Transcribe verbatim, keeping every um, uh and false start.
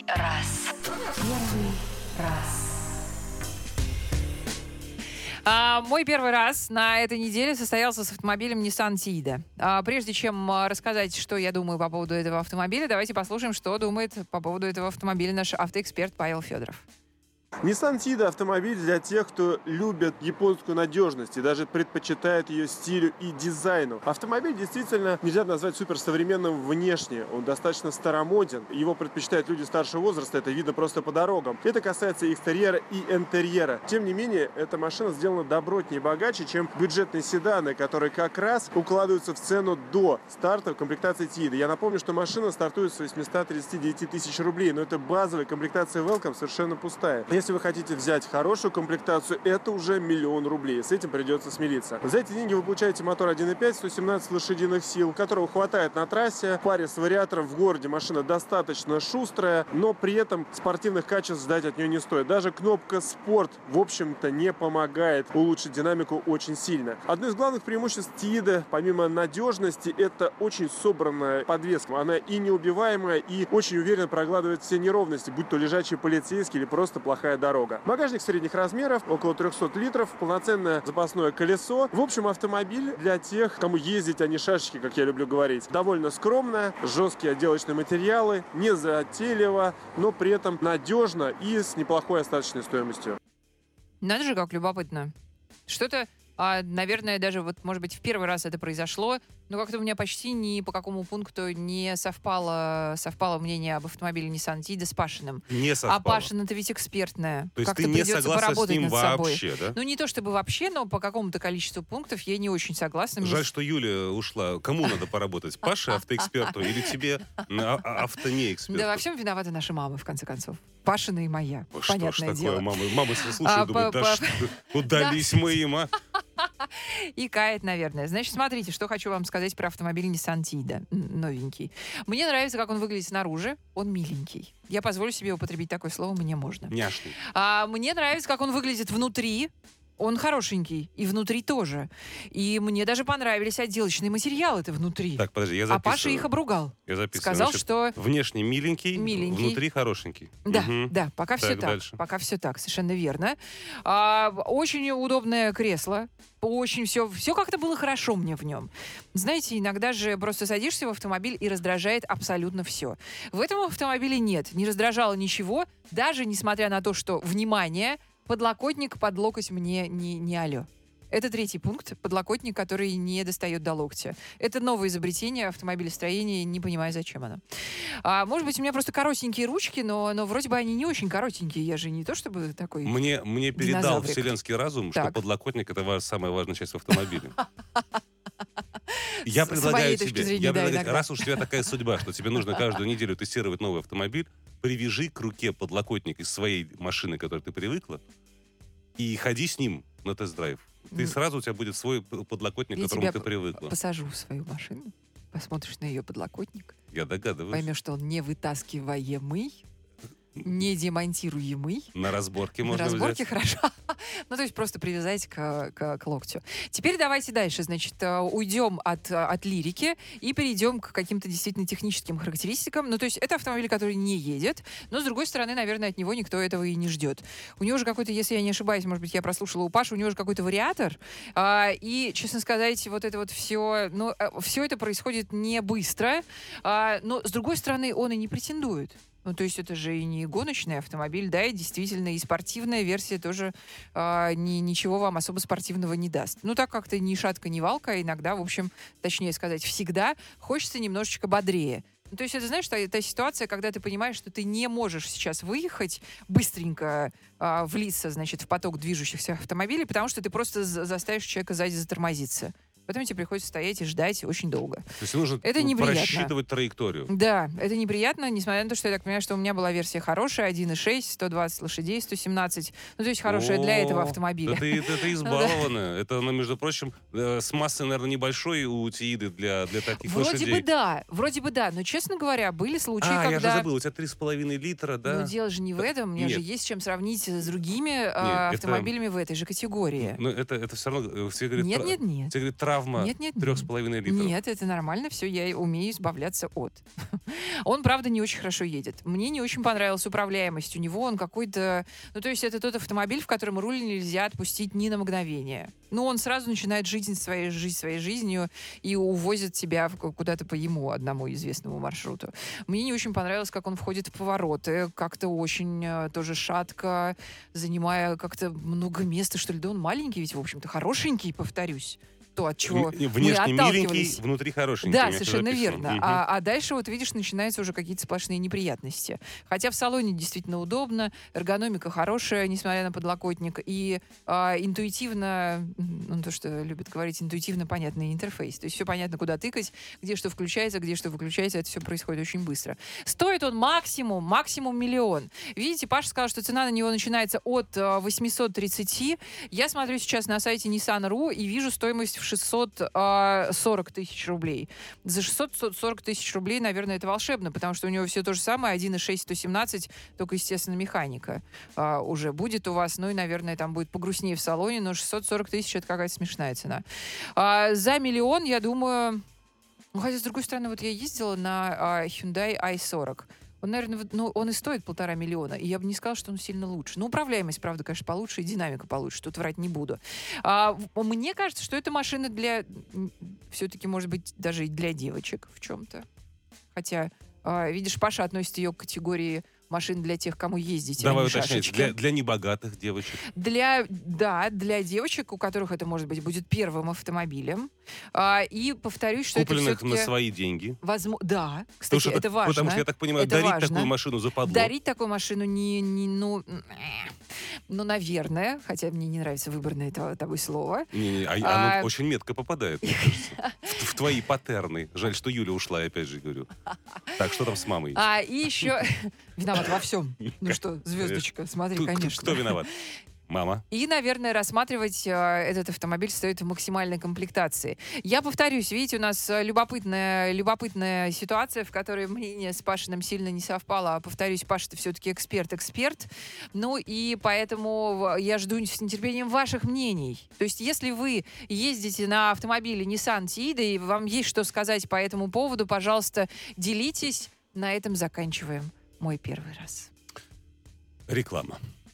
раз. Первый раз. А, мой первый раз на этой неделе состоялся с автомобилем Nissan Tiida. А, прежде чем а, рассказать, что я думаю по поводу этого автомобиля, давайте послушаем, что думает по поводу этого автомобиля наш автоэксперт Павел Федоров. Nissan Tiida – автомобиль для тех, кто любит японскую надежность и даже предпочитает ее стилю и дизайну. Автомобиль действительно нельзя назвать суперсовременным внешне. Он достаточно старомоден. Его предпочитают люди старшего возраста, это видно просто по дорогам. Это касается и экстерьера, и интерьера. Тем не менее, эта машина сделана добротнее и богаче, чем бюджетные седаны, которые как раз укладываются в цену до старта в комплектации Tiida. Я напомню, что машина стартует с восемьсот тридцать девять тысяч рублей, но это базовая комплектация Welcome совершенно пустая. Если вы хотите взять хорошую комплектацию, это уже миллион рублей. С этим придется смириться. За эти деньги вы получаете мотор один и пять, сто семнадцать лошадиных сил, которого хватает на трассе. В паре с вариатором в городе машина достаточно шустрая, но при этом спортивных качеств ждать от нее не стоит. Даже кнопка «Спорт», в общем-то, не помогает улучшить динамику очень сильно. Одно из главных преимуществ Tiida, помимо надежности, это очень собранная подвеска. Она и неубиваемая, и очень уверенно прогладывает все неровности, будь то лежачий полицейский или просто плохая дорога. Багажник средних размеров, около триста литров, полноценное запасное колесо. В общем, автомобиль для тех, кому ездить, а не шашечки, как я люблю говорить. Довольно скромно, жесткие отделочные материалы, не затейливо, но при этом надежно и с неплохой остаточной стоимостью. Надо же, как любопытно. Что-то, а, наверное, даже вот, может быть, в первый раз это произошло, но как-то у меня почти ни по какому пункту не совпало, совпало мнение об автомобиле Nissan Tiida с Пашиным. Не совпало. А Пашин-то ведь экспертная. То есть как-то ты не придется согласна с поработать ним над вообще, собой. да? Ну, не то чтобы вообще, но по какому-то количеству пунктов я не очень согласна. Мне Жаль, что Юля ушла. Кому надо поработать? Паше, автоэксперту, или тебе, а- а- автонеэксперту? Да, во всем виноваты наши мамы, в конце концов. Пашина и моя. Что ж Понятное такое, дело. мама? Мама, если слушают, А, думают, по- да по- что, удались мы им, а? И кает, наверное. Значит, смотрите, что хочу вам сказать про автомобиль Nissan Tiida. Н- Новенький. Мне нравится, как он выглядит снаружи. Он миленький. Я позволю себе употребить такое слово, мне можно. Няшный. А, мне нравится, как он выглядит внутри. Он хорошенький. И внутри тоже. И мне даже понравились отделочные материалы-то внутри. Так, подожди, я А записываю. Паша их обругал. Я записываю. Сказал, Значит, что... внешне миленький, Миленький. внутри хорошенький. Да, Мгм. да, пока все Так, так. дальше. Пока все так, совершенно верно. А, очень удобное кресло. Очень все, все как-то было хорошо мне в нем. Знаете, иногда же просто садишься в автомобиль и раздражает абсолютно все. В этом автомобиле нет, не раздражало ничего, даже несмотря на то, что, внимание, подлокотник под локоть мне не, не алё. Это третий пункт, подлокотник, который не достает до локтя. Это новое изобретение автомобилестроения, не понимаю, зачем оно. А, может быть, у меня просто коротенькие ручки, но, но вроде бы они не очень коротенькие. Я же не то чтобы такой... Мне, мне передал Динозаврик. вселенский разум, что Так. подлокотник — это ва- самая важная часть в автомобиле. Я С предлагаю своей точки тебе, зрения, я да, предлагаю, иногда. раз уж у тебя такая судьба, что тебе нужно каждую неделю тестировать новый автомобиль, привяжи к руке подлокотник из своей машины, к которой ты привыкла, и ходи с ним на тест-драйв. Ты М. сразу у тебя будет свой подлокотник, к Я которому тебя ты привыкла. посажу в свою машину, посмотришь на ее подлокотник, Я догадываюсь. поймешь, что он не вытаскиваемый, не демонтируемый. На разборке На можно разборке взять. хорошо. Ну, то есть просто привязать к, к- к локтю. Теперь давайте дальше. Значит, э, уйдем от, э, от лирики и перейдем к каким-то действительно техническим характеристикам. Ну, то есть это автомобиль, который не едет, но, с другой стороны, наверное, от него никто этого и не ждет. У него же какой-то, если я не ошибаюсь, может быть, я прослушала у Паши, у него же какой-то вариатор. А, и, честно сказать, вот это вот все, ну, все это происходит не быстро. А, но, с другой стороны, он и не претендует. Ну, то есть это же и не гоночный автомобиль, да, и действительно и спортивная версия тоже а, ни- ничего вам особо спортивного не даст. Ну, так как-то ни шатка, ни валка, а иногда, в общем, точнее сказать, всегда хочется немножечко бодрее. Ну, то есть это, знаешь, та, та ситуация, когда ты понимаешь, что ты не можешь сейчас выехать, быстренько а, влиться, значит, в поток движущихся автомобилей, потому что ты просто за- заставишь человека сзади затормозиться. Поэтому тебе приходится стоять и ждать очень долго. То есть нужно Это неприятно. просчитывать траекторию. Да, это неприятно, несмотря на то, что я так понимаю, что у меня была версия хорошая, один и шесть, сто двадцать лошадей, сто семнадцать. Ну, то есть хорошая для этого О, автомобиля. Да ты, да ты избалована. Это, она, между прочим, э, с массой, наверное, небольшой у Тииды для, для таких Вроде лошадей. бы да, вроде бы да, но, честно говоря, были случаи, А, я же когда... забыл, у тебя три с половиной литра, да? Ну, дело же не в этом, мне же Нет. есть чем сравнить с другими а, это- автомобилями в этой же категории. Но это, это все равно... э, Все говорят, Нет, тра- нет, нет. Все говорят, травма Нет, нет, трех с половиной литров? Нет, это нормально, все, я умею избавляться от. Он, правда, не очень хорошо едет. Мне не очень понравилась управляемость. У него он какой-то... Ну, то есть это тот автомобиль, в котором руль нельзя отпустить ни на мгновение. Ну, он сразу начинает жить своей, жить своей жизнью и увозит тебя в- куда-то по ему, одному известному маршруту. Мне не очень понравилось, как он входит в повороты. Как-то очень э, тоже шатко, занимая как-то много места, что ли. Да он маленький ведь, в общем-то, хорошенький, повторюсь. То, от чего Вн- мы Внешне отталкивались. миленький, внутри хорошенький. Да, у меня совершенно всё записано. верно. Мгм. А, а дальше, вот видишь, начинаются уже какие-то сплошные неприятности. Хотя в салоне действительно удобно, эргономика хорошая, несмотря на подлокотник, и а, интуитивно, м, ну, то, что любят говорить, интуитивно понятный интерфейс. То есть все понятно, куда тыкать, где что включается, где что выключается, это все происходит очень быстро. Стоит он максимум, максимум миллион. Видите, Паша сказал, что цена на него начинается от а, восемьсот тридцать. Я смотрю сейчас на сайте Nissan точка ру и вижу стоимость в шестьсот сорок тысяч рублей. За шестьсот сорок тысяч рублей, наверное, это волшебно, потому что у него все то же самое, один и шесть сто семнадцать, только, естественно, механика а, уже будет у вас. Ну и, наверное, там будет погрустнее в салоне, но шестьсот сорок тысяч — это какая-то смешная цена. А, за миллион, я думаю... Ну, хотя, с другой стороны, вот я ездила на а, Hyundai ай сорок. Он, наверное, вот, ну, он и стоит полтора миллиона. И я бы не сказала, что он сильно лучше. Ну, управляемость, правда, конечно, получше, и динамика получше. Тут врать не буду. А, в- мне кажется, что это машина для... Все-таки, может быть, даже и для девочек в чем-то. Хотя, а, видишь, Паша относит ее к категории машин для тех, кому ездить, а Давай не уточнять, шашечки. для, для небогатых девочек. Для, да, для девочек, у которых это, может быть, будет первым автомобилем. А, и повторюсь, что Купленных это на все-таки... свои деньги. Возможно, да, Потому кстати, что это важно. Потому что, я так понимаю, Это дарить важно. такую машину западло. Дарить такую машину не, не ну, э, ну, наверное, хотя мне не нравится выбранное этого, тобой слово. Не-не, а, А- оно очень метко попадает, мне кажется. В, в твои паттерны. Жаль, что Юля ушла, я опять же говорю. Так, что там с мамой? А и еще виноват во всем. Ну что, звездочка, смотри, Кто- конечно. Кто виноват? Мама. И, наверное, рассматривать э, этот автомобиль стоит в максимальной комплектации. Я повторюсь, видите, у нас э, любопытная, любопытная ситуация, в которой мнение с Пашиным сильно не совпало. А, повторюсь, Паша-то все-таки эксперт-эксперт. Ну и поэтому в- я жду с нетерпением ваших мнений. То есть если вы ездите на автомобиле Nissan Tiida и вам есть что сказать по этому поводу, пожалуйста, делитесь. На этом заканчиваем мой первый раз. Реклама.